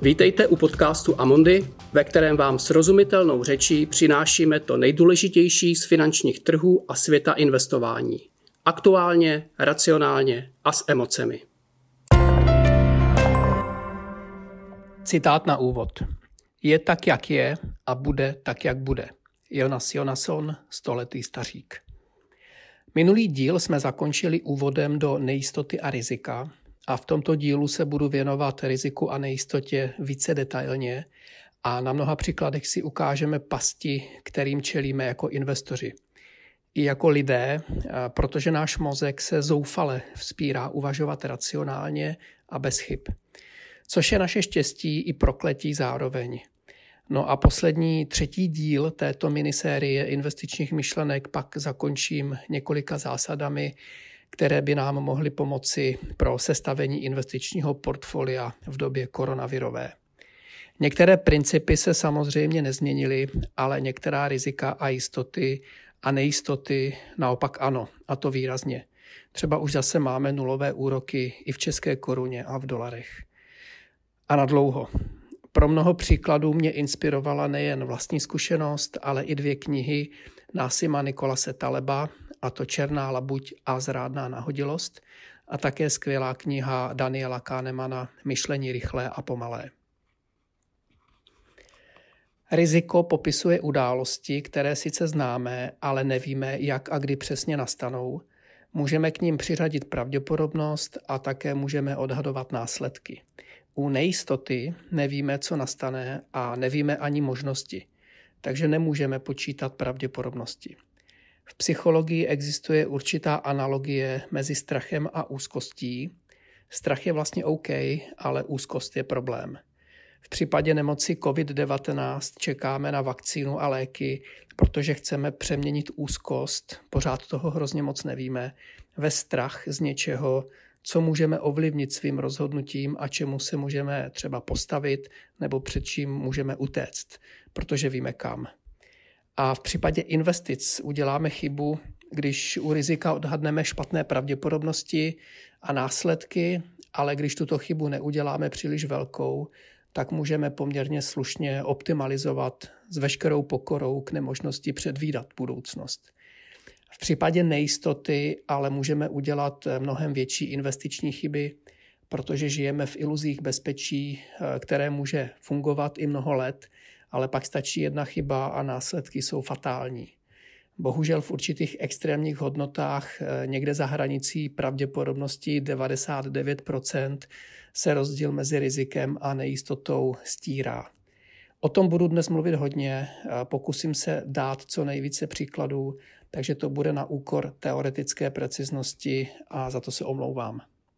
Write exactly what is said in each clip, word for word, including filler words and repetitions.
Vítejte u podcastu Amundi, ve kterém vám srozumitelnou řečí přinášíme to nejdůležitější z finančních trhů a světa investování. Aktuálně, racionálně a s emocemi. Citát na úvod. Je tak, jak je a bude tak, jak bude. Jonas Jonasson, stoletý stařík. Minulý díl jsme zakončili úvodem do nejistoty a rizika a v tomto dílu se budu věnovat riziku a nejistotě více detailně a na mnoha příkladech si ukážeme pasti, kterým čelíme jako investoři. I jako lidé, protože náš mozek se zoufale vzpírá uvažovat racionálně a bez chyb. Což je naše štěstí i prokletí zároveň. No a poslední třetí díl této minisérie investičních myšlenek pak zakončím několika zásadami, které by nám mohly pomoci pro sestavení investičního portfolia v době koronavirové. Některé principy se samozřejmě nezměnily, ale některá rizika a jistoty a nejistoty naopak ano, a to výrazně. Třeba už zase máme nulové úroky i v české koruně a v dolarech. A na dlouho. Pro mnoho příkladů mě inspirovala nejen vlastní zkušenost, ale i dvě knihy Násima Nikolase Taleba, a to Černá labuť a Zrádná nahodilost, a také skvělá kniha Daniela Kahnemana Myšlení rychlé a pomalé. Riziko popisuje události, které sice známe, ale nevíme, jak a kdy přesně nastanou. Můžeme k nim přiřadit pravděpodobnost a také můžeme odhadovat následky. U nejistoty nevíme, co nastane a nevíme ani možnosti, takže nemůžeme počítat pravděpodobnosti. V psychologii existuje určitá analogie mezi strachem a úzkostí. Strach je vlastně OK, ale úzkost je problém. V případě nemoci covid devatenáct čekáme na vakcínu a léky, protože chceme přeměnit úzkost, pořád toho hrozně moc nevíme, ve strach z něčeho, co můžeme ovlivnit svým rozhodnutím a čemu se můžeme třeba postavit nebo před čím můžeme utéct, protože víme kam. A v případě investic uděláme chybu, když u rizika odhadneme špatné pravděpodobnosti a následky, ale když tuto chybu neuděláme příliš velkou, tak můžeme poměrně slušně optimalizovat s veškerou pokorou k nemožnosti předvídat budoucnost. V případě nejistoty ale můžeme udělat mnohem větší investiční chyby, protože žijeme v iluzích bezpečí, které může fungovat i mnoho let, ale pak stačí jedna chyba a následky jsou fatální. Bohužel v určitých extrémních hodnotách někde za hranicí pravděpodobnosti devadesát devět procent se rozdíl mezi rizikem a nejistotou stírá. O tom budu dnes mluvit hodně, pokusím se dát co nejvíce příkladů, takže to bude na úkor teoretické preciznosti a za to se omlouvám.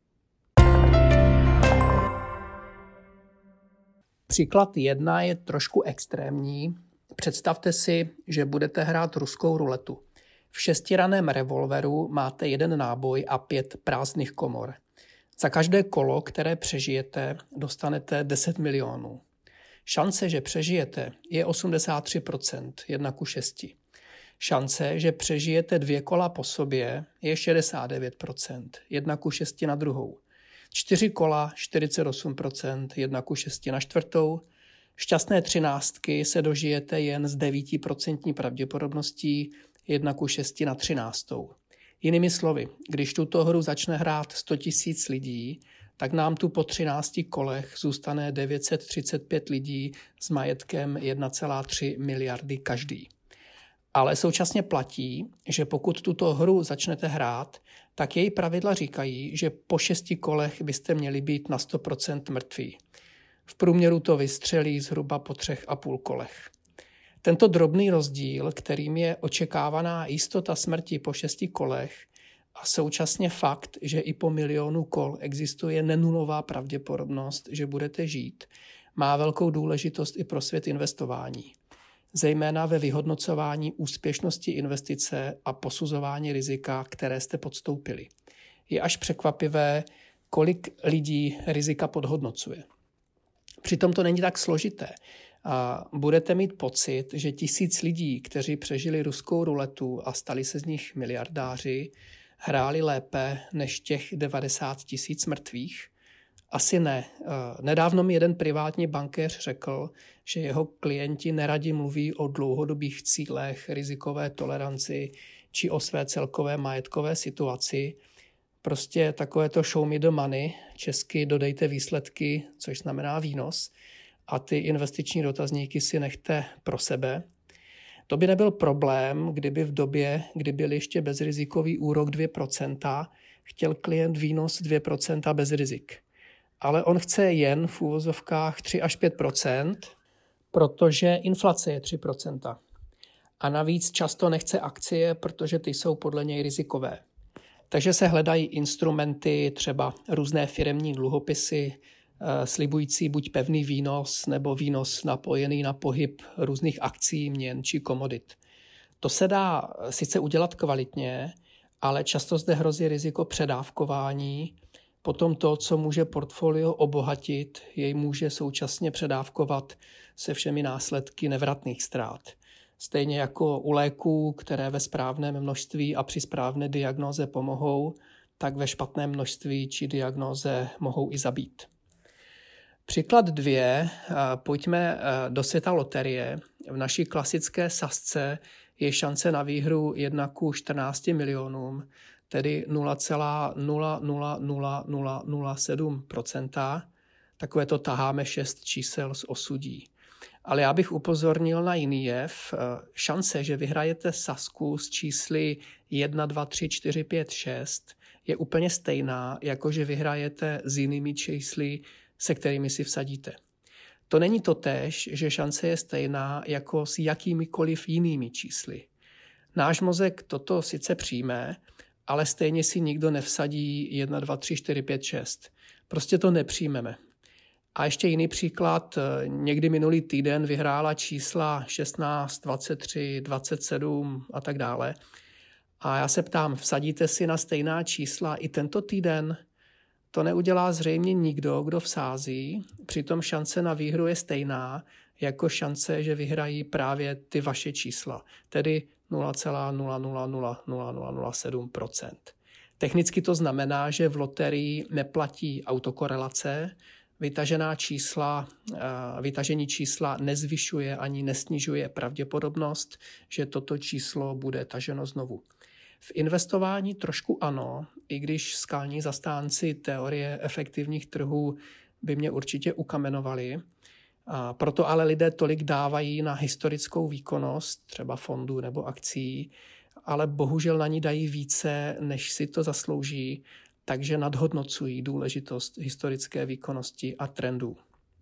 Příklad jedna je trošku extrémní. Představte si, že budete hrát ruskou ruletu. V šestiraném revolveru máte jeden náboj a pět prázdných komor. Za každé kolo, které přežijete, dostanete deset milionů. Šance, že přežijete, je osmdesát tři procent, jedna ku šesti. Šance, že přežijete dvě kola po sobě, je šedesát devět procent, jedna ku šesti na druhou. Čtyři kola, čtyřicet osm procent, jedna ku šesti na čtvrtou. Šťastné třináctky se dožijete jen s devět procent pravděpodobností, jedna ku šesti na třináctou. Jinými slovy, když tuto hru začne hrát sto tisíc lidí, tak nám tu po třinácti kolech zůstane devět set třicet pět lidí s majetkem jedna celá tři miliardy každý. Ale současně platí, že pokud tuto hru začnete hrát, tak její pravidla říkají, že po šesti kolech byste měli být na sto procent mrtví. V průměru to vystřelí zhruba po třech a půl kolech. Tento drobný rozdíl, kterým je očekávaná jistota smrti po šesti kolech a současně fakt, že i po milionu kol existuje nenulová pravděpodobnost, že budete žít, má velkou důležitost i pro svět investování. Zejména ve vyhodnocování úspěšnosti investice a posuzování rizika, které jste podstoupili. Je až překvapivé, kolik lidí rizika podhodnocuje. Přitom to není tak složité. A budete mít pocit, že tisíc lidí, kteří přežili ruskou ruletu a stali se z nich miliardáři, hráli lépe než těch devadesát tisíc mrtvých. Asi ne. Nedávno mi jeden privátní bankéř řekl, že jeho klienti neradi mluví o dlouhodobých cílech, rizikové toleranci či o své celkové majetkové situaci. Prostě takové to show me the money, česky dodejte výsledky, což znamená výnos, a ty investiční dotazníky si nechte pro sebe. To by nebyl problém, kdyby v době, kdy byl ještě bezrizikový úrok dvě procenta, chtěl klient výnos dvě procenta bez rizik. Ale on chce jen v úvozovkách tři až pět procent, protože inflace je tři procenta. A navíc často nechce akcie, protože ty jsou podle něj rizikové. Takže se hledají instrumenty, třeba různé firemní dluhopisy, slibující buď pevný výnos nebo výnos napojený na pohyb různých akcí, měn či komodit. To se dá sice udělat kvalitně, ale často zde hrozí riziko předávkování. Potom to, co může portfolio obohatit, jej může současně předávkovat se všemi následky nevratných ztrát. Stejně jako u léků, které ve správném množství a při správné diagnóze pomohou, tak ve špatném množství či diagnóze mohou i zabít. Příklad dvě. Pojďme do světa loterie. V naší klasické sazce je šance na výhru jedna ku čtrnácti milionům, tedy nula celá nula nula nula nula nula sedm procenta. Takové to taháme šest čísel z osudí. Ale já bych upozornil na jiný jev. Šance, že vyhrajete sazku s čísly jedna, dva, tři, čtyři, pět, šest je úplně stejná, jako že vyhrajete s jinými čísly, se kterými si vsadíte. To není totéž, že šance je stejná jako s jakýmikoliv jinými čísly. Náš mozek toto sice přijme, ale stejně si nikdo nevsadí jedna, dva, tři, čtyři, pět, šest. Prostě to nepřijmeme. A ještě jiný příklad. Někdy minulý týden vyhrála čísla šestnáct, dvacet tři, dvacet sedm a tak dále. A já se ptám, vsadíte si na stejná čísla i tento týden? To neudělá zřejmě nikdo, kdo vsází. Přitom šance na výhru je stejná jako šance, že vyhrají právě ty vaše čísla, tedy nula celá nula nula nula nula nula nula sedm procenta. Technicky to znamená, že v loterii neplatí autokorelace, vytažená čísla, vytažení čísla nezvyšuje ani nesnižuje pravděpodobnost, že toto číslo bude taženo znovu. V investování trošku ano, i když skalní zastánci teorie efektivních trhů by mě určitě ukamenovali. A proto ale lidé tolik dávají na historickou výkonnost, třeba fondů nebo akcí, ale bohužel na ní dají více, než si to zaslouží, takže nadhodnocují důležitost historické výkonnosti a trendů.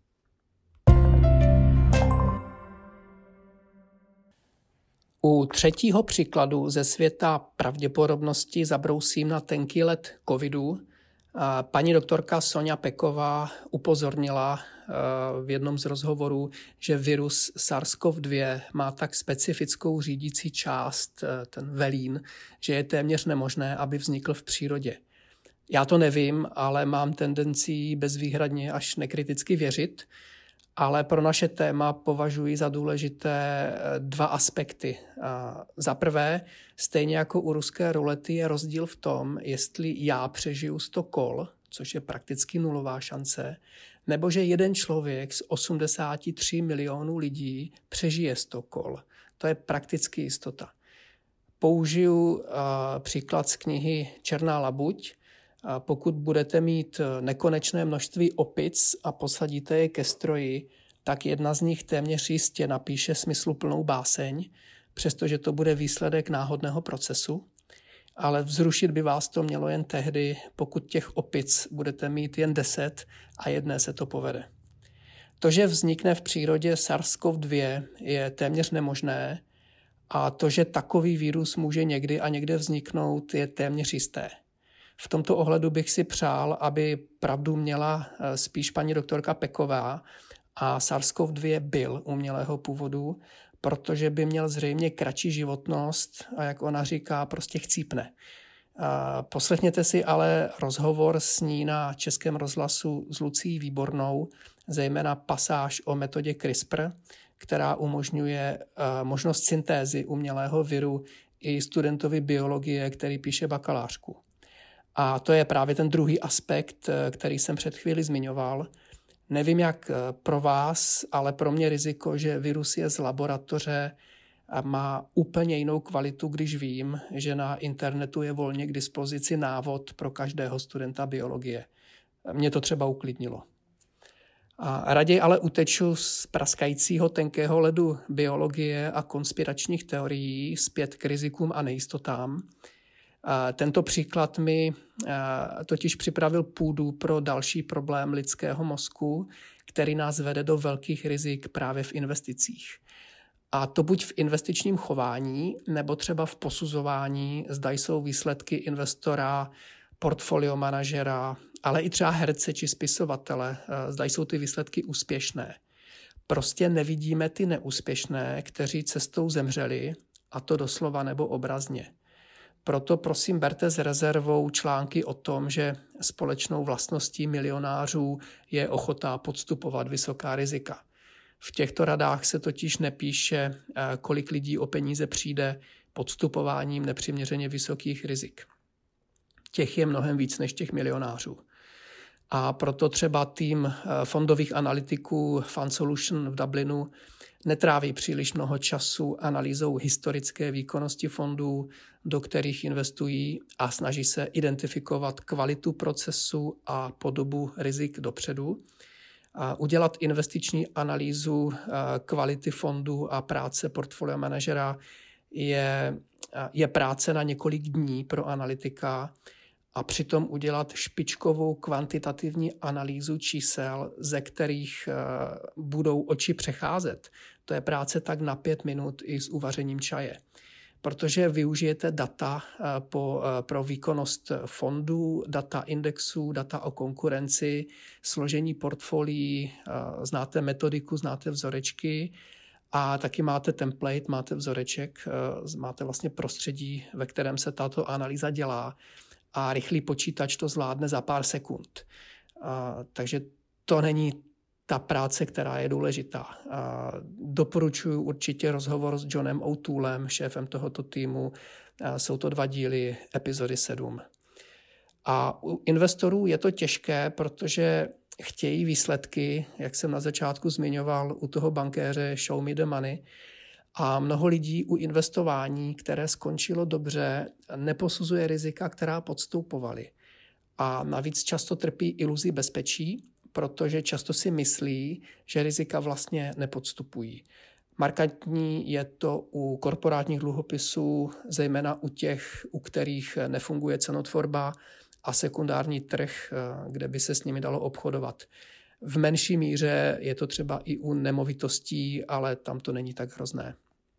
U třetího příkladu ze světa pravděpodobnosti zabrousím na tenký led covidu. Paní doktorka Sonja Peková upozornila v jednom z rozhovorů, že virus SARS-C o V dva má tak specifickou řídící část, ten velín, že je téměř nemožné, aby vznikl v přírodě. Já to nevím, ale mám tendenci bezvýhradně až nekriticky věřit, ale pro naše téma považuji za důležité dva aspekty. Za prvé, stejně jako u ruské rulety je rozdíl v tom, jestli já přežiju sto kol, což je prakticky nulová šance, nebo že jeden člověk z osmdesáti tří milionů lidí přežije sto kol. To je prakticky jistota. Použiju uh, příklad z knihy Černá labuť. Pokud budete mít nekonečné množství opic a posadíte je ke stroji, tak jedna z nich téměř jistě napíše smysluplnou báseň, přestože to bude výsledek náhodného procesu, ale vzrušit by vás to mělo jen tehdy, pokud těch opic budete mít jen deset a jedné se to povede. To, že vznikne v přírodě SARS-C o V dva, je téměř nemožné a to, že takový vírus může někdy a někde vzniknout, je téměř jisté. V tomto ohledu bych si přál, aby pravdu měla spíš paní doktorka Peková a SARS-C o V dva byl umělého původu, protože by měl zřejmě kratší životnost a jak ona říká, prostě chcípne. Poslechněte si ale rozhovor s ní na Českém rozhlasu s Lucií Výbornou, zejména pasáž o metodě CRISPR, která umožňuje možnost syntézy umělého viru i studentovi biologie, který píše bakalářku. A to je právě ten druhý aspekt, který jsem před chvíli zmiňoval. Nevím, jak pro vás, ale pro mě riziko, že virus je z laboratoře a má úplně jinou kvalitu, když vím, že na internetu je volně k dispozici návod pro každého studenta biologie. Mě to třeba uklidnilo. A raději ale uteču z praskajícího tenkého ledu biologie a konspiračních teorií zpět k rizikům a nejistotám. A tento příklad mi totiž připravil půdu pro další problém lidského mozku, který nás vede do velkých rizik právě v investicích. A to buď v investičním chování, nebo třeba v posuzování, zda jsou výsledky investora, portfolio manažera, ale i třeba herce či spisovatele, zda jsou ty výsledky úspěšné. Prostě nevidíme ty neúspěšné, kteří cestou zemřeli, a to doslova nebo obrazně. Proto prosím berte s rezervou články o tom, že společnou vlastností milionářů je ochota podstupovat vysoká rizika. V těchto radách se totiž nepíše, kolik lidí o peníze přijde podstupováním nepřiměřeně vysokých rizik. Těch je mnohem víc než těch milionářů. A proto třeba tým fondových analytiků Fund Solution v Dublinu netráví příliš mnoho času analýzou historické výkonnosti fondů, do kterých investují, a snaží se identifikovat kvalitu procesu a podobu rizik dopředu. A udělat investiční analýzu kvality fondů a práce portfolio manažera je, je práce na několik dní pro analytika, a přitom udělat špičkovou kvantitativní analýzu čísel, ze kterých budou oči přecházet. To je práce tak na pět minut i s uvařením čaje. Protože využijete data po, pro výkonnost fondů, data indexů, data o konkurenci, složení portfolií, znáte metodiku, znáte vzorečky a taky máte template, máte vzoreček, máte vlastně prostředí, ve kterém se tato analýza dělá, a rychlý počítač to zvládne za pár sekund. A, takže to není ta práce, která je důležitá. A doporučuji určitě rozhovor s Johnem O'Toolem, šéfem tohoto týmu. A jsou to dva díly, epizody sedm. A u investorů je to těžké, protože chtějí výsledky, jak jsem na začátku zmiňoval, u toho bankéře show me the money. A mnoho lidí u investování, které skončilo dobře, neposuzuje rizika, která podstupovali. A navíc často trpí iluzí bezpečí, protože často si myslí, že rizika vlastně nepodstupují. Markantní je to u korporátních dluhopisů, zejména u těch, u kterých nefunguje cenotvorba a sekundární trh, kde by se s nimi dalo obchodovat. V menší míře je to třeba i u nemovitostí, ale tam to není tak hrozné.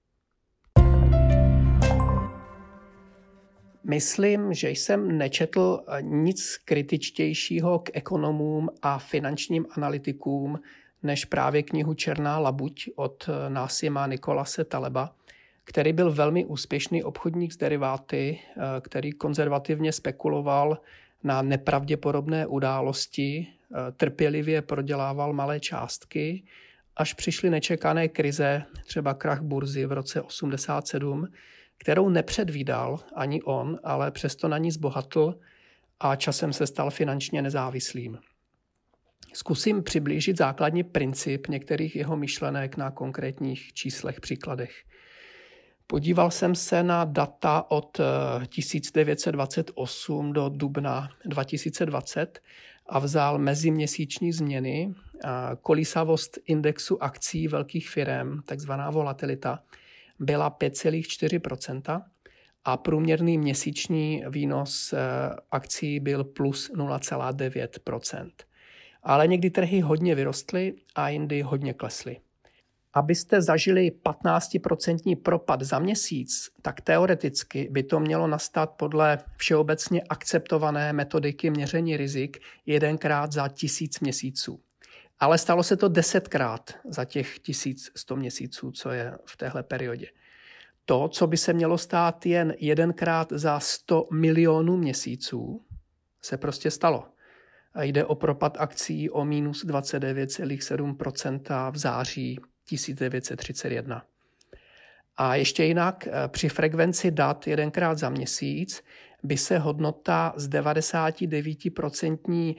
Myslím, že jsem nečetl nic kritičtějšího k ekonomům a finančním analytikům než právě knihu Černá labuť od Násima Nikolase Taleba, který byl velmi úspěšný obchodník s deriváty, který konzervativně spekuloval na nepravděpodobné události, trpělivě prodělával malé částky, až přišly nečekané krize, třeba krach burzy v roce osmdesát sedm, kterou nepředvídal ani on, ale přesto na ní zbohatl a časem se stal finančně nezávislým. Zkusím přiblížit základní princip některých jeho myšlenek na konkrétních číslech, příkladech. Podíval jsem se na data od tisíc devět set dvacet osm do dubna dva tisíce dvacet a vzal meziměsíční změny, kolísavost indexu akcí velkých firem, takzvaná volatilita, byla pět celá čtyři procenta a průměrný měsíční výnos akcí byl plus nula celá devět procenta. Ale někdy trhy hodně vyrostly a jindy hodně klesly. Abyste zažili patnáctiprocentní propad za měsíc, tak teoreticky by to mělo nastat podle všeobecně akceptované metodiky měření rizik jedenkrát za tisíc měsíců. Ale stalo se to desetkrát za těch tisíc sto měsíců, co je v téhle periodě. To, co by se mělo stát jen jedenkrát za sto milionů měsíců, se prostě stalo. A jde o propad akcí o minus dvacet devět celá sedm procenta v září tisíc devět set třicet jedna. A ještě jinak, při frekvenci dat jedenkrát za měsíc by se hodnota z devadesát devět procent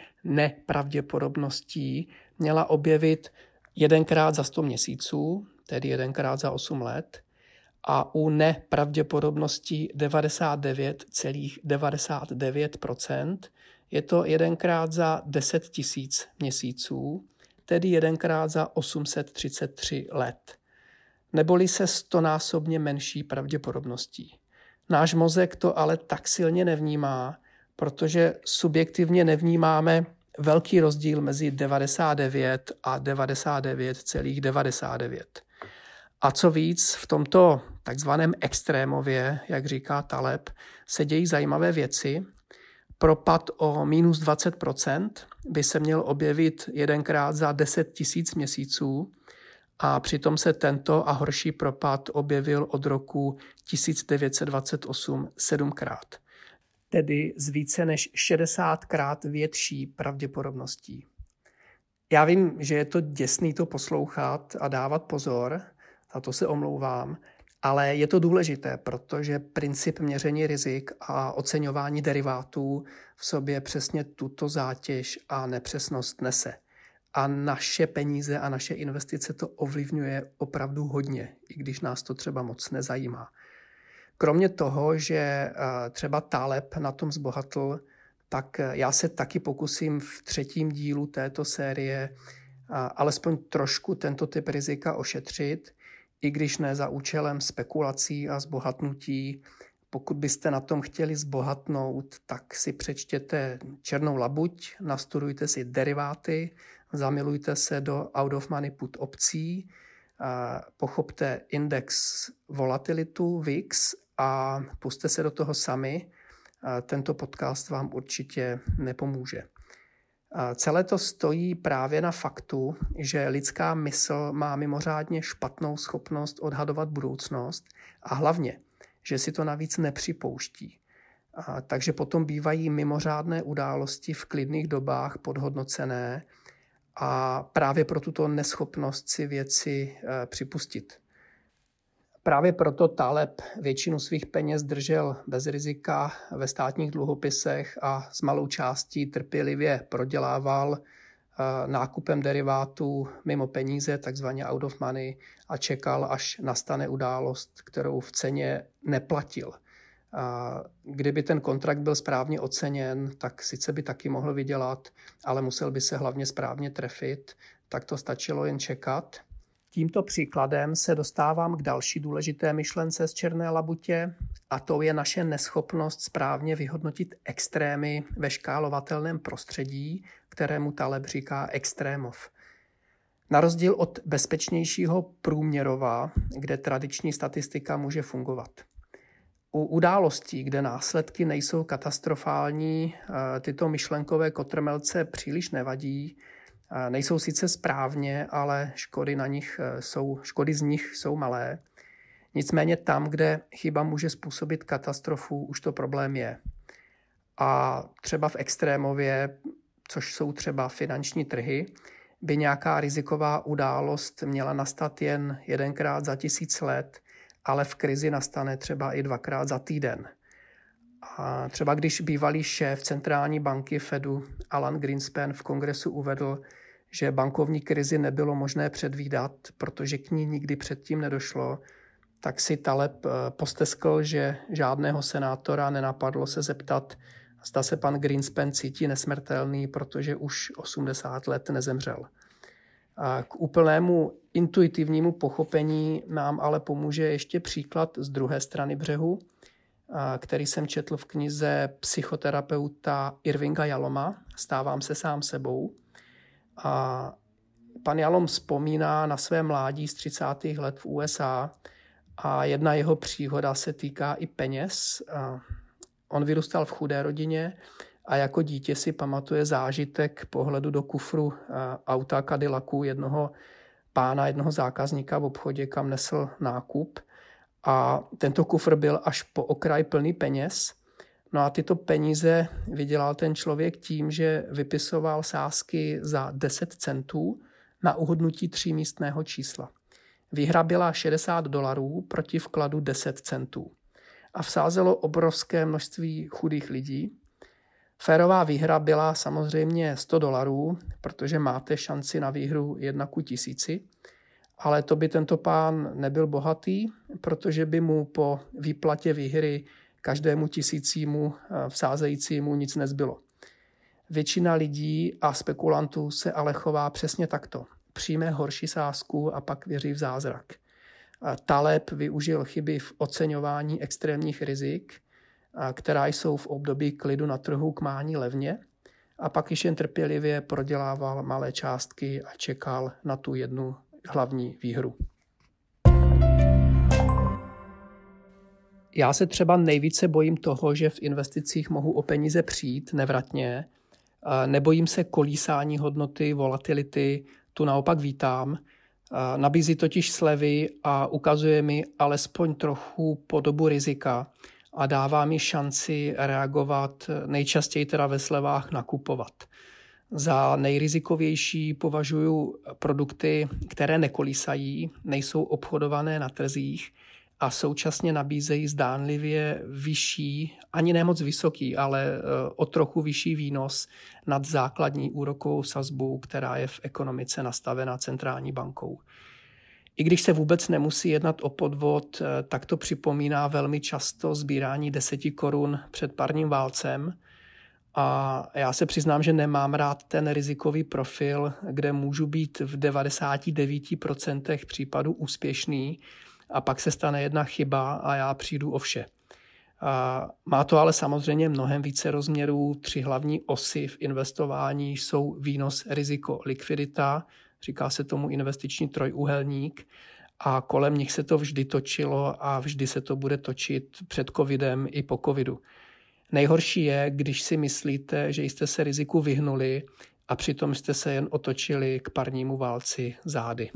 nepravděpodobností měla objevit jedenkrát za sto měsíců, tedy jedenkrát za osm let, a u nepravděpodobností devadesát devět celá devadesát devět procent je to jedenkrát za deset tisíc měsíců, tedy jedenkrát za osm set třicet tři let, neboli se stonásobně menší pravděpodobností. Náš mozek to ale tak silně nevnímá, protože subjektivně nevnímáme velký rozdíl mezi devadesát devět a devadesát devět celá devadesát devět. A co víc, v tomto takzvaném extrémově, jak říká Taleb, se dějí zajímavé věci. Propad o minus dvacet procent by se měl objevit jedenkrát za deset tisíc měsíců a přitom se tento a horší propad objevil od roku tisíc devět set dvacet osm sedmkrát. Tedy z více než šedesátkrát větší pravděpodobností. Já vím, že je to děsný to poslouchat a dávat pozor, za to se omlouvám, ale je to důležité, protože princip měření rizik a oceňování derivátů v sobě přesně tuto zátěž a nepřesnost nese. A naše peníze a naše investice to ovlivňuje opravdu hodně, i když nás to třeba moc nezajímá. Kromě toho, že třeba Taleb na tom zbohatl, tak já se taky pokusím v třetím dílu této série alespoň trošku tento typ rizika ošetřit, i když ne za účelem spekulací a zbohatnutí. Pokud byste na tom chtěli zbohatnout, tak si přečtěte Černou labuť, nastudujte si deriváty, zamilujte se do out of money put opcí, pochopte index volatilitu V I X a pusťte se do toho sami. Tento podcast vám určitě nepomůže. Celé to stojí právě na faktu, že lidská mysl má mimořádně špatnou schopnost odhadovat budoucnost a hlavně, že si to navíc nepřipouští. A takže potom bývají mimořádné události v klidných dobách podhodnocené a právě pro tuto neschopnost si věci e, připustit. Právě proto Taleb většinu svých peněz držel bez rizika ve státních dluhopisech a s malou částí trpělivě prodělával nákupem derivátů mimo peníze, takzvaně out of money, a čekal, až nastane událost, kterou v ceně neplatil. Kdyby ten kontrakt byl správně oceněn, tak sice by taky mohl vydělat, ale musel by se hlavně správně trefit, tak to stačilo jen čekat. Tímto příkladem se dostávám k další důležité myšlence z Černé labutě, a to je naše neschopnost správně vyhodnotit extrémy ve škálovatelném prostředí, kterému Taleb říká extrémov. Na rozdíl od bezpečnějšího průměrova, kde tradiční statistika může fungovat. U událostí, kde následky nejsou katastrofální, tyto myšlenkové kotrmelce příliš nevadí, nejsou sice správně, ale škody, na nich jsou, škody z nich jsou malé. Nicméně tam, kde chyba může způsobit katastrofu, už to problém je. A třeba v extrémově, což jsou třeba finanční trhy, by nějaká riziková událost měla nastat jen jedenkrát za tisíc let, ale v krizi nastane třeba i dvakrát za týden. A třeba když bývalý šéf centrální banky Fedu Alan Greenspan v kongresu uvedl, že bankovní krizi nebylo možné předvídat, protože k ní nikdy předtím nedošlo, tak si Taleb posteskl, že žádného senátora nenapadlo se zeptat, zda se pan Greenspan cítí nesmrtelný, protože už osmdesát let nezemřel. A k úplnému intuitivnímu pochopení nám ale pomůže ještě příklad z druhé strany břehu, který jsem četl v knize psychoterapeuta Irvinga Jaloma, Stávám se sám sebou. A pan Jalom vzpomíná na své mládí z třicátých let v U S A a jedna jeho příhoda se týká i peněz. On vyrůstal v chudé rodině a jako dítě si pamatuje zážitek pohledu do kufru auta Cadillacu jednoho pána, jednoho zákazníka v obchodě, kam nesl nákup. A tento kufr byl až po okraj plný peněz. No a tyto peníze vydělal ten člověk tím, že vypisoval sázky za deset centů na uhodnutí třímístného čísla. Výhra byla šedesát dolarů proti vkladu deset centů. a vsázelo obrovské množství chudých lidí. Férová výhra byla samozřejmě sto dolarů, protože máte šanci na výhru jedna ku tisíci, ale to by tento pán nebyl bohatý, protože by mu po výplatě výhry každému tisícímu vsázejícímu nic nezbylo. Většina lidí a spekulantů se ale chová přesně takto. Přijme horší sázku a pak věří v zázrak. Taleb využil chyby v oceňování extrémních rizik, která jsou v období klidu na trhu k mání levně, a pak již jen trpělivě prodělával malé částky a čekal na tu jednu hlavní výhru. Já se třeba nejvíce bojím toho, že v investicích mohu o peníze přijít nevratně. Nebojím se kolísání hodnoty, volatility, tu naopak vítám. Nabízí totiž slevy a ukazuje mi alespoň trochu podobu rizika a dává mi šanci reagovat, nejčastěji teda ve slevách nakupovat. Za nejrizikovější považuji produkty, které nekolísají, nejsou obchodované na trzích a současně nabízejí zdánlivě vyšší, ani ne moc vysoký, ale o trochu vyšší výnos nad základní úrokovou sazbu, která je v ekonomice nastavena centrální bankou. I když se vůbec nemusí jednat o podvod, tak to připomíná velmi často sbírání deseti korun před parním válcem. A já se přiznám, že nemám rád ten rizikový profil, kde můžu být v devadesát devět procent případů úspěšný a pak se stane jedna chyba a já přijdu o vše. A má to ale samozřejmě mnohem více rozměrů. Tři hlavní osy v investování jsou výnos, riziko, likvidita. Říká se tomu investiční trojúhelník a kolem nich se to vždy točilo a vždy se to bude točit před covidem i po covidu. Nejhorší je, když si myslíte, že jste se riziku vyhnuli a přitom jste se jen otočili k parnímu válci zády.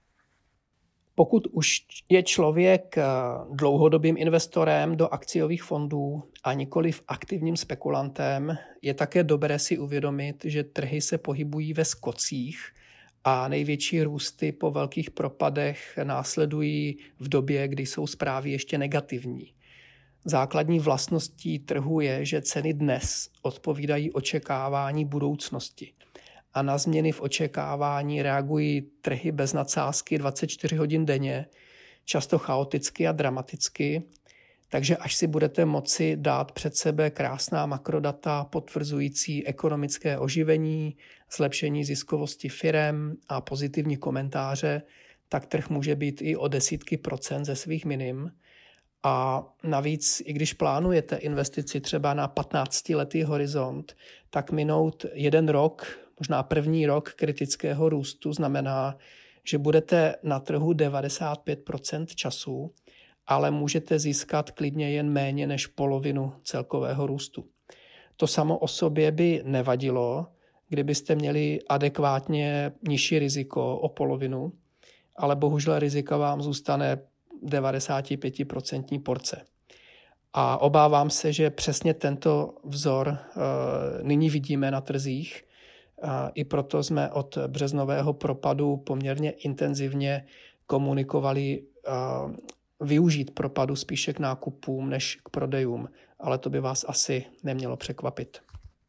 Pokud už je člověk dlouhodobým investorem do akciových fondů a nikoliv aktivním spekulantem, je také dobré si uvědomit, že trhy se pohybují ve skocích a největší růsty po velkých propadech následují v době, kdy jsou zprávy ještě negativní. Základní vlastností trhu je, že ceny dnes odpovídají očekávání budoucnosti. A na změny v očekávání reagují trhy bez nadsázky dvacet čtyři hodin denně, často chaoticky a dramaticky, takže až si budete moci dát před sebe krásná makrodata potvrzující ekonomické oživení, zlepšení ziskovosti firem a pozitivní komentáře, tak trh může být i o desítky procent ze svých minim. A navíc, i když plánujete investici třeba na patnáctiletý horizont, tak minout jeden rok, možná první rok kritického růstu znamená, že budete na trhu devadesát pět procent času, ale můžete získat klidně jen méně než polovinu celkového růstu. To samo o sobě by nevadilo, kdybyste měli adekvátně nižší riziko o polovinu, ale bohužel rizika vám zůstane devadesát pět procent porce. A obávám se, že přesně tento vzor uh, nyní vidíme na trzích. Uh, I proto jsme od březnového propadu poměrně intenzivně komunikovali uh, využít propadu spíše k nákupům než k prodejům, ale to by vás asi nemělo překvapit.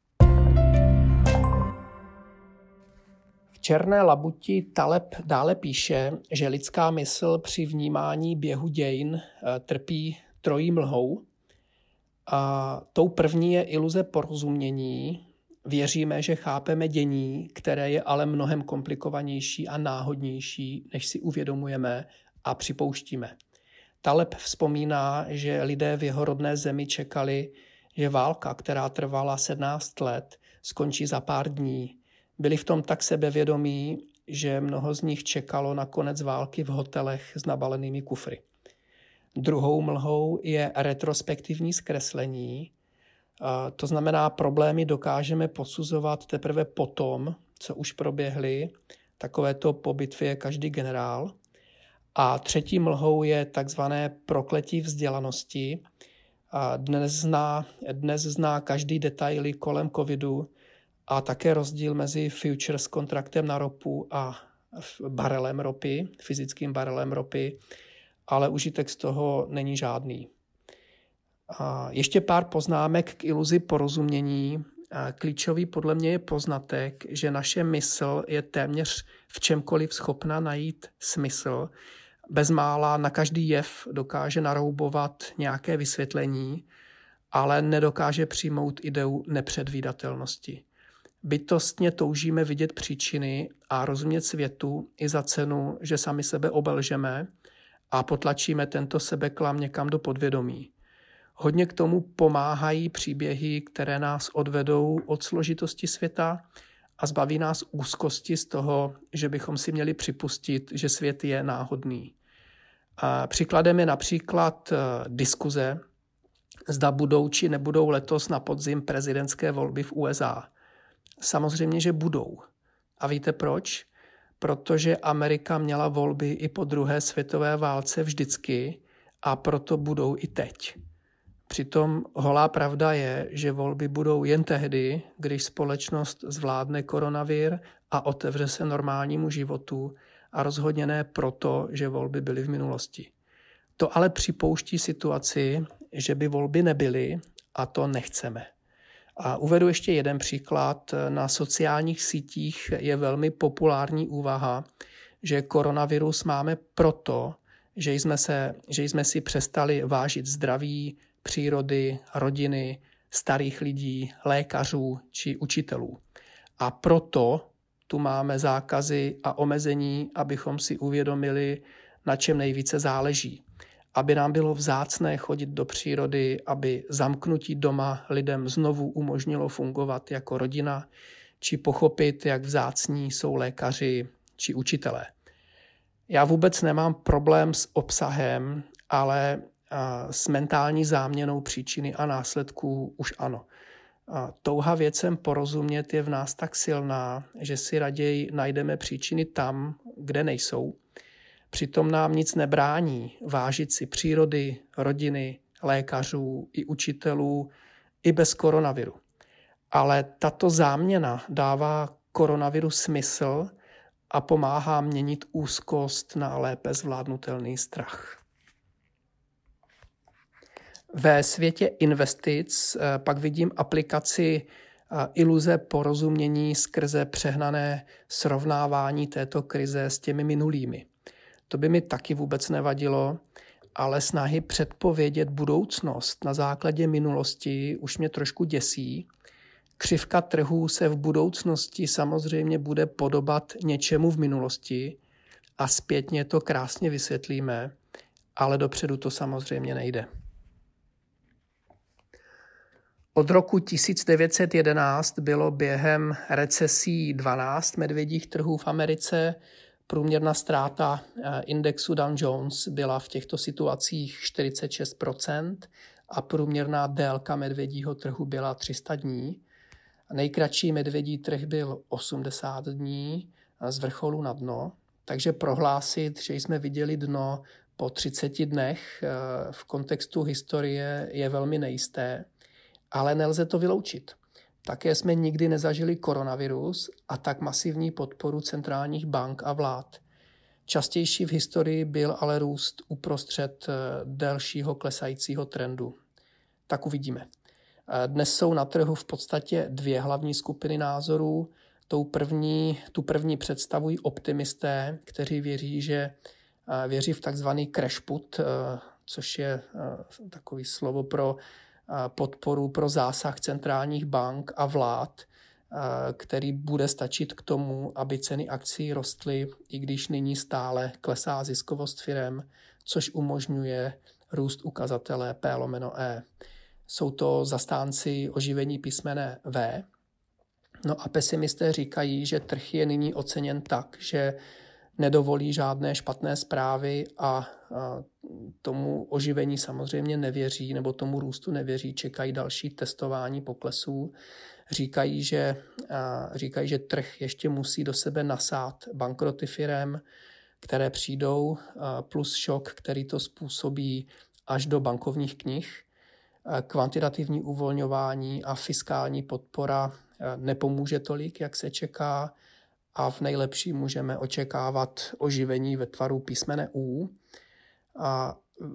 V Černé labuti Taleb dále píše, že lidská mysl při vnímání běhu dějin trpí trojí mlhou. A tou první je iluze porozumění. Věříme, že chápeme dění, které je ale mnohem komplikovanější a náhodnější, než si uvědomujeme a připouštíme. Taleb vzpomíná, že lidé v jeho rodné zemi čekali, že válka, která trvala sedmnáct let, skončí za pár dní. Byli v tom tak sebevědomí, že mnoho z nich čekalo na konec války v hotelech s nabalenými kufry. Druhou mlhou je retrospektivní zkreslení. To znamená, problémy dokážeme posuzovat teprve potom, co už proběhly. Takovéto po bitvě každý generál. A třetí mlhou je takzvané prokletí vzdělanosti. Dnes zná, dnes zná každý detaily kolem covidu a také rozdíl mezi futures kontraktem na ropu a barelem ropy, fyzickým barelem ropy, ale užitek z toho není žádný. Ještě pár poznámek k iluzi porozumění. Klíčový podle mě je poznatek, že naše mysl je téměř v čemkoliv schopna najít smysl. Bezmála na každý jev dokáže naroubovat nějaké vysvětlení, ale nedokáže přijmout ideu nepředvídatelnosti. Bytostně toužíme vidět příčiny a rozumět světu i za cenu, že sami sebe obelžeme a potlačíme tento sebeklam někam do podvědomí. Hodně k tomu pomáhají příběhy, které nás odvedou od složitosti světa a zbaví nás úzkosti z toho, že bychom si měli připustit, že svět je náhodný. A příkladem je například diskuze, zda budou či nebudou letos na podzim prezidentské volby v U S A. Samozřejmě, že budou. A víte proč? Protože Amerika měla volby i po druhé světové válce vždycky a proto budou i teď. Přitom holá pravda je, že volby budou jen tehdy, když společnost zvládne koronavir a otevře se normálnímu životu a rozhodně ne proto, že volby byly v minulosti. To ale připouští situaci, že by volby nebyly a to nechceme. A uvedu ještě jeden příklad. Na sociálních sítích je velmi populární úvaha, že koronavirus máme proto, že jsme, se, že jsme si přestali vážit zdraví, přírody, rodiny, starých lidí, lékařů či učitelů. A proto tu máme zákazy a omezení, abychom si uvědomili, na čem nejvíce záleží. Aby nám bylo vzácné chodit do přírody, aby zamknutí doma lidem znovu umožnilo fungovat jako rodina, či pochopit, jak vzácní jsou lékaři či učitelé. Já vůbec nemám problém s obsahem, ale s mentální záměnou příčiny a následků už ano. Touha věcem porozumět je v nás tak silná, že si raději najdeme příčiny tam, kde nejsou. Přitom nám nic nebrání vážit si přírody, rodiny, lékařů i učitelů i bez koronaviru. Ale tato záměna dává koronaviru smysl a pomáhá měnit úzkost na lépe zvládnutelný strach. Ve světě investic pak vidím aplikaci iluze porozumění skrze přehnané srovnávání této krize s těmi minulými. To by mi taky vůbec nevadilo, ale snahy předpovědět budoucnost na základě minulosti už mě trošku děsí. Křivka trhů se v budoucnosti samozřejmě bude podobat něčemu v minulosti a zpětně to krásně vysvětlíme, ale dopředu to samozřejmě nejde. Od roku tisíc devět set jedenáct bylo během recesí dvanáct medvědích trhů v Americe. Průměrná ztráta indexu Dow Jones byla v těchto situacích čtyřicet šest procent a průměrná délka medvědího trhu byla tři sta dní. Nejkratší medvědí trh byl osmdesát dní z vrcholu na dno, takže prohlásit, že jsme viděli dno po třiceti dnech v kontextu historie je velmi nejisté, ale nelze to vyloučit. Také jsme nikdy nezažili koronavirus a tak masivní podporu centrálních bank a vlád. Častější v historii byl ale růst uprostřed delšího klesajícího trendu. Tak uvidíme. Dnes jsou na trhu v podstatě dvě hlavní skupiny názorů. Tou první, tu první představují optimisté, kteří věří, že věří v takzvaný crash put, což je takový slovo pro podporu pro zásah centrálních bank a vlád, který bude stačit k tomu, aby ceny akcií rostly, i když nyní stále klesá ziskovost firem, což umožňuje růst ukazatele P lomeno E. Jsou to zastánci oživení písmene V. No a pesimisté říkají, že trh je nyní oceněn tak, že nedovolí žádné špatné zprávy a tomu oživení samozřejmě nevěří, nebo tomu růstu nevěří, čekají další testování poklesů. Říkají, že, říkají, že trh ještě musí do sebe nasát bankroty firem, které přijdou, plus šok, který to způsobí až do bankovních knih. Kvantitativní uvolňování a fiskální podpora nepomůže tolik, jak se čeká, a v nejlepší můžeme očekávat oživení ve tvaru písmene U. A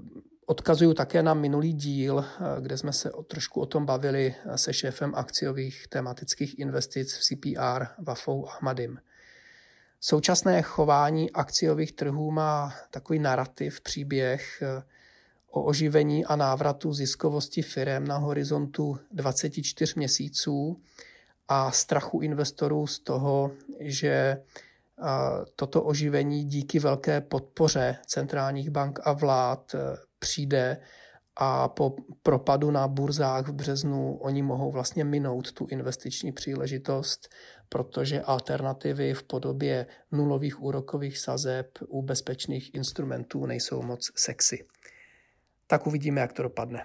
Odkazuju také na minulý díl, kde jsme se trošku o tom bavili se šéfem akciových tematických investic v C P R Wafou Ahmadim. Současné chování akciových trhů má takový narrativ, příběh o oživení a návratu ziskovosti firem na horizontu dvacet čtyři měsíců a strachu investorů z toho, že toto oživení díky velké podpoře centrálních bank a vlád přijde a po propadu na burzách v březnu oni mohou vlastně minout tu investiční příležitost, protože alternativy v podobě nulových úrokových sazeb u bezpečných instrumentů nejsou moc sexy. Tak uvidíme, jak to dopadne.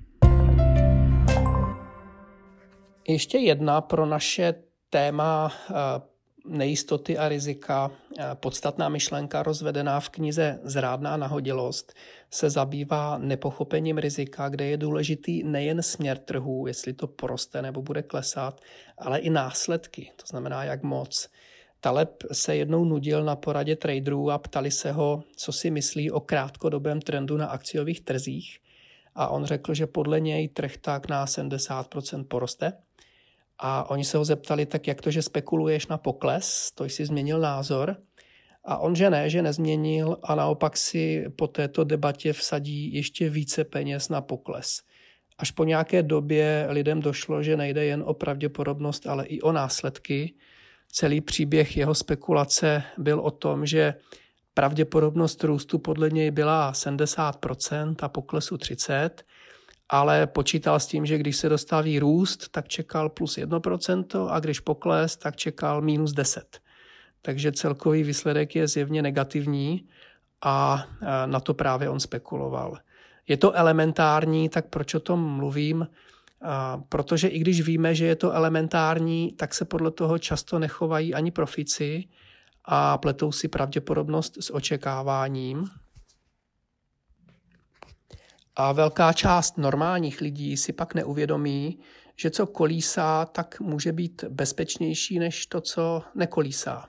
Ještě jedna pro naše téma nejistoty a rizika, podstatná myšlenka rozvedená v knize Zrádná nahodilost se zabývá nepochopením rizika, kde je důležitý nejen směr trhu, jestli to poroste nebo bude klesat, ale i následky, to znamená jak moc. Taleb se jednou nudil na poradě traderů a ptali se ho, co si myslí o krátkodobém trendu na akciových trzích, a on řekl, že podle něj trh tak na sedmdesát procent poroste. A oni se ho zeptali, tak jak to, že spekuluješ na pokles, to jsi změnil názor. A on, že ne, že nezměnil a naopak si po této debatě vsadí ještě více peněz na pokles. Až po nějaké době lidem došlo, že nejde jen o pravděpodobnost, ale i o následky. Celý příběh jeho spekulace byl o tom, že pravděpodobnost růstu podle něj byla sedmdesát procent a poklesu třicet procent, ale počítal s tím, že když se dostaví růst, tak čekal plus jedno procento a když pokles, tak čekal minus deset procent. Takže celkový výsledek je zjevně negativní a na to právě on spekuloval. Je to elementární, tak proč o tom mluvím? Protože i když víme, že je to elementární, tak se podle toho často nechovají ani profíci a pletou si pravděpodobnost s očekáváním. A velká část normálních lidí si pak neuvědomí, že co kolísá, tak může být bezpečnější než to, co nekolísá.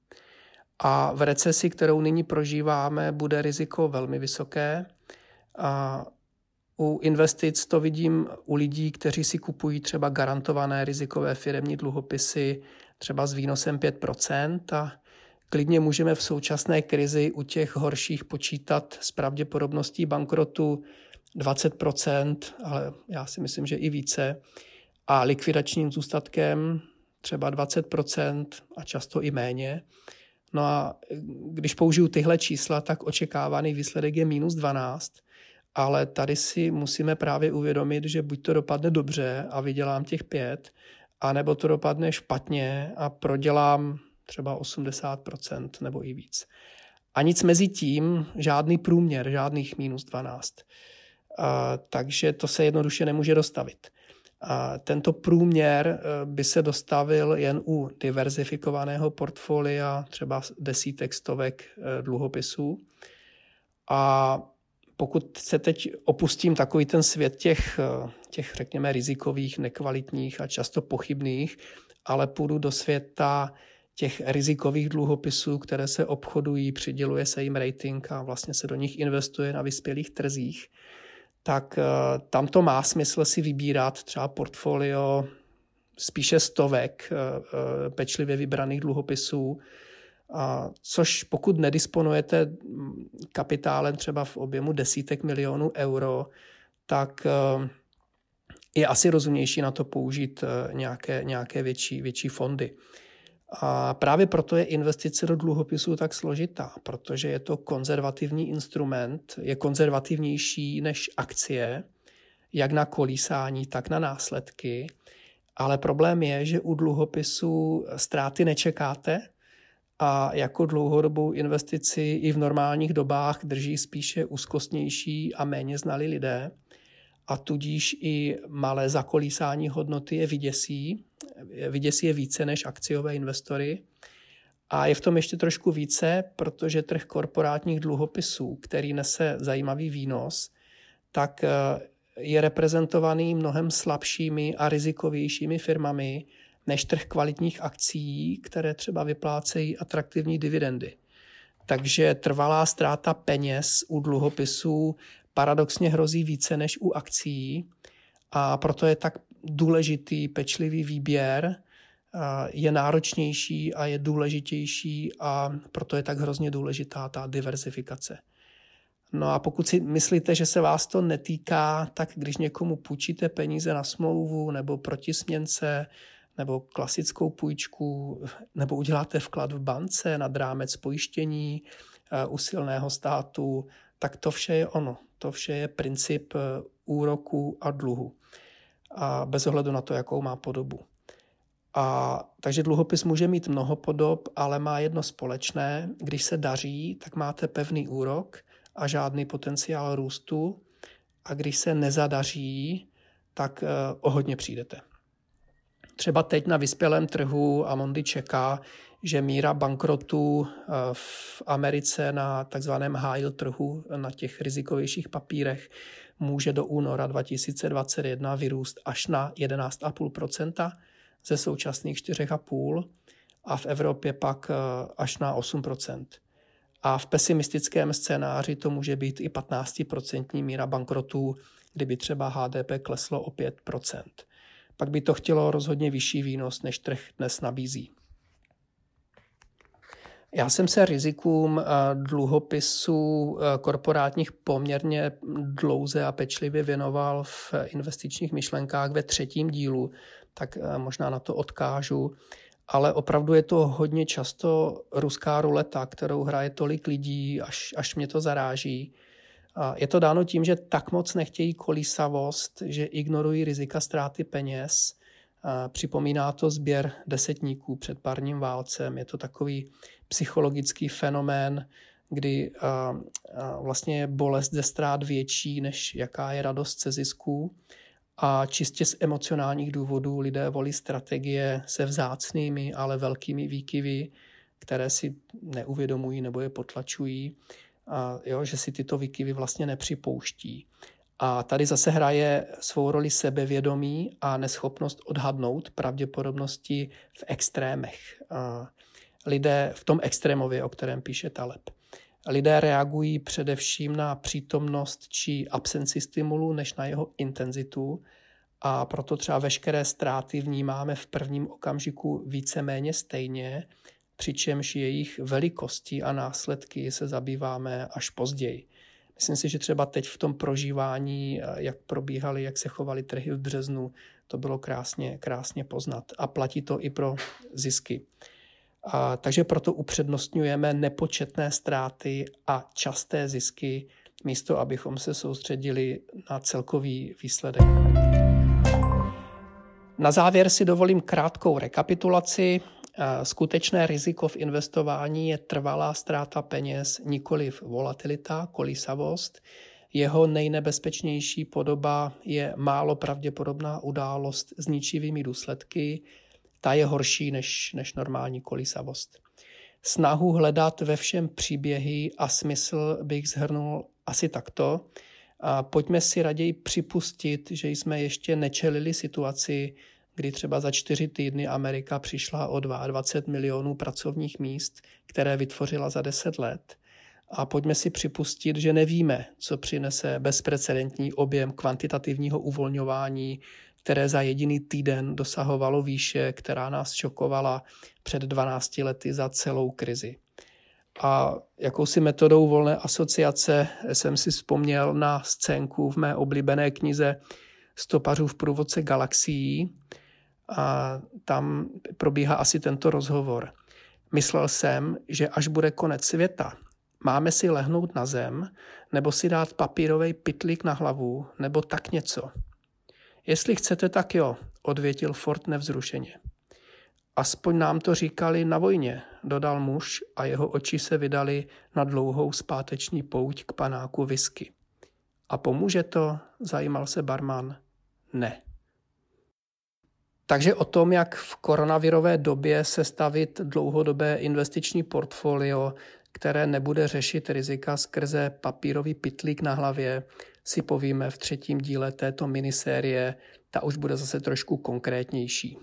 A v recesi, kterou nyní prožíváme, bude riziko velmi vysoké. A u investic to vidím u lidí, kteří si kupují třeba garantované rizikové firemní dluhopisy, třeba s výnosem pět procent, a klidně můžeme v současné krizi u těch horších počítat s pravděpodobností bankrotu dvacet procent, ale já si myslím, že i více, a likvidačním zůstatkem třeba dvacet procent a často i méně. No a když použiju tyhle čísla, tak očekávaný výsledek je minus dvanáct, ale tady si musíme právě uvědomit, že buď to dopadne dobře a vydělám těch pět, anebo to dopadne špatně a prodělám třeba osmdesát procent nebo i víc. A nic mezi tím, žádný průměr, žádných minus dvanáct. A, takže to se jednoduše nemůže dostavit. A tento průměr by se dostavil jen u diverzifikovaného portfolia, třeba desítek, stovek dluhopisů. A pokud se teď opustím takový ten svět těch, těch, řekněme, rizikových, nekvalitních a často pochybných, ale půjdu do světa těch rizikových dluhopisů, které se obchodují, přiděluje se jim rating a vlastně se do nich investuje na vyspělých trzích, tak tam to má smysl si vybírat třeba portfolio spíše stovek pečlivě vybraných dluhopisů, což pokud nedisponujete kapitálem třeba v objemu desítek milionů euro, tak je asi rozumnější na to použít nějaké, nějaké větší, větší fondy. A právě proto je investice do dluhopisů tak složitá, protože je to konzervativní instrument, je konzervativnější než akcie, jak na kolísání, tak na následky. Ale problém je, že u dluhopisů ztráty nečekáte a jako dlouhodobou investici i v normálních dobách drží spíše úzkostnější a méně znalí lidé. A tudíž i malé zakolísání hodnoty je vyděsí. Vyděsí je více než akciové investory. A je v tom ještě trošku více, protože trh korporátních dluhopisů, který nese zajímavý výnos, tak je reprezentovaný mnohem slabšími a rizikovějšími firmami než trh kvalitních akcií, které třeba vyplácejí atraktivní dividendy. Takže trvalá ztráta peněz u dluhopisů paradoxně hrozí více než u akcií a proto je tak důležitý, pečlivý výběr, je náročnější a je důležitější a proto je tak hrozně důležitá ta diverzifikace. No a pokud si myslíte, že se vás to netýká, tak když někomu půjčíte peníze na smlouvu nebo protisměnce nebo klasickou půjčku nebo uděláte vklad v bance nad rámec pojištění u silného státu, tak to vše je ono. To vše je princip úroku a dluhu. A bez ohledu na to, jakou má podobu. A, takže dluhopis může mít mnoho podob, ale má jedno společné. Když se daří, tak máte pevný úrok a žádný potenciál růstu. A když se nezadaří, tak uh, o hodně přijdete. Třeba teď na vyspělém trhu Amundi čeká, že míra bankrotů v Americe na takzvaném high yield trhu, na těch rizikovějších papírech, může do února dva tisíce dvacet jedna vyrůst až na jedenáct celá pět procenta ze současných čtyři celá pět a v Evropě pak až na osm procent. A v pesimistickém scénáři to může být i patnáctiprocentní míra bankrotů, kdyby třeba H D P kleslo o pět procent. Pak by to chtělo rozhodně vyšší výnos, než trh dnes nabízí. Já jsem se rizikům dluhopisů korporátních poměrně dlouze a pečlivě věnoval v investičních myšlenkách ve třetím dílu, tak možná na to odkážu. Ale opravdu je to hodně často ruská ruleta, kterou hraje tolik lidí, až, až mě to zaráží. Je to dáno tím, že tak moc nechtějí kolísavost, že ignorují rizika ztráty peněz. Připomíná to sběr desetníků před parním válcem. Je to takový psychologický fenomén, kdy vlastně je bolest ze ztrát větší, než jaká je radost ze zisků. A čistě z emocionálních důvodů lidé volí strategie se vzácnými, ale velkými výkyvy, které si neuvědomují nebo je potlačují. A jo, že si tyto výkyvy vlastně nepřipouští. A tady zase hraje svou roli sebevědomí a neschopnost odhadnout pravděpodobnosti v extrémech. A lidé v tom extrémově, o kterém píše Taleb. Lidé reagují především na přítomnost či absenci stimulu, než na jeho intenzitu. A proto třeba veškeré ztráty vnímáme v prvním okamžiku víceméně stejně, přičemž jejich velikosti a následky se zabýváme až později. Myslím si, že třeba teď v tom prožívání, jak probíhaly, jak se chovaly trhy v březnu, to bylo krásně, krásně poznat. A platí to i pro zisky. A, takže proto upřednostňujeme nepočetné ztráty a časté zisky, místo abychom se soustředili na celkový výsledek. Na závěr si dovolím krátkou rekapitulaci. Skutečné riziko v investování je trvalá ztráta peněz, nikoliv volatilita, kolísavost. Jeho nejnebezpečnější podoba je málo pravděpodobná událost s ničivými důsledky. Ta je horší než, než normální kolísavost. Snahu hledat ve všem příběhy a smysl bych shrnul asi takto. A pojďme si raději připustit, že jsme ještě nečelili situaci, kdy třeba za čtyři týdny Amerika přišla o dvacet dva milionů pracovních míst, které vytvořila za deset let. A pojďme si připustit, že nevíme, co přinese bezprecedentní objem kvantitativního uvolňování, které za jediný týden dosahovalo výše, která nás šokovala před dvanácti lety za celou krizi. A jakousi metodou volné asociace jsem si vzpomněl na scénku v mé oblíbené knize Stopařův průvodce galaxií. A tam probíhá asi tento rozhovor. Myslel jsem, že až bude konec světa, máme si lehnout na zem, nebo si dát papírový pytlík na hlavu, nebo tak něco. Jestli chcete, tak jo, odvětil Ford nevzrušeně. Aspoň nám to říkali na vojně, dodal muž a jeho oči se vydaly na dlouhou zpáteční pouť k panáku whisky. A pomůže to? Zajímal se barman. Ne. Takže o tom, jak v koronavirové době sestavit dlouhodobé investiční portfolio, které nebude řešit rizika skrze papírový pytlík na hlavě, si povíme v třetím díle této minisérie. Ta už bude zase trošku konkrétnější.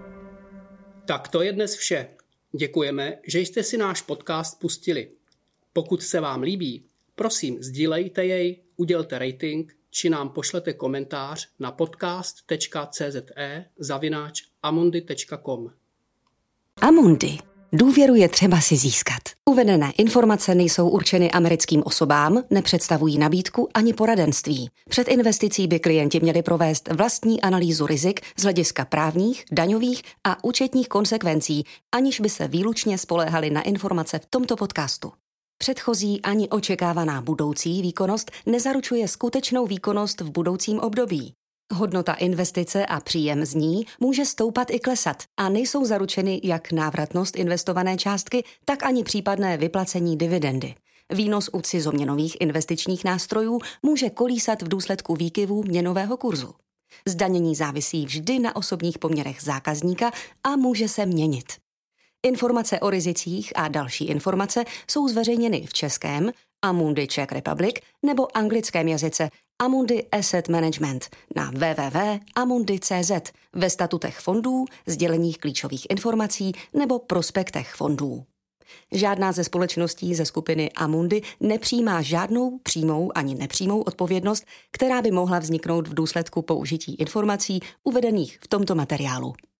Tak to je dnes vše. Děkujeme, že jste si náš podcast pustili. Pokud se vám líbí, prosím sdílejte jej, udělte rating či nám pošlete komentář na podcast.cze zavináč amundi tečka com. Amundi. Důvěru je třeba si získat. Uvedené informace nejsou určeny americkým osobám, nepředstavují nabídku ani poradenství. Před investicí by klienti měli provést vlastní analýzu rizik z hlediska právních, daňových a účetních konsekvencí, aniž by se výlučně spoléhali na informace v tomto podcastu. Předchozí ani očekávaná budoucí výkonnost nezaručuje skutečnou výkonnost v budoucím období. Hodnota investice a příjem z ní může stoupat i klesat a nejsou zaručeny jak návratnost investované částky, tak ani případné vyplacení dividendy. Výnos u cizoměnových investičních nástrojů může kolísat v důsledku výkyvů měnového kurzu. Zdanění závisí vždy na osobních poměrech zákazníka a může se měnit. Informace o rizicích a další informace jsou zveřejněny v českém Amundi Czech Republic nebo anglickém jazyce Amundi Asset Management na w w w tečka amundi tečka c z, ve statutech fondů, sděleních klíčových informací nebo prospektech fondů. Žádná ze společností ze skupiny Amundi nepřijímá žádnou přímou ani nepřímou odpovědnost, která by mohla vzniknout v důsledku použití informací uvedených v tomto materiálu.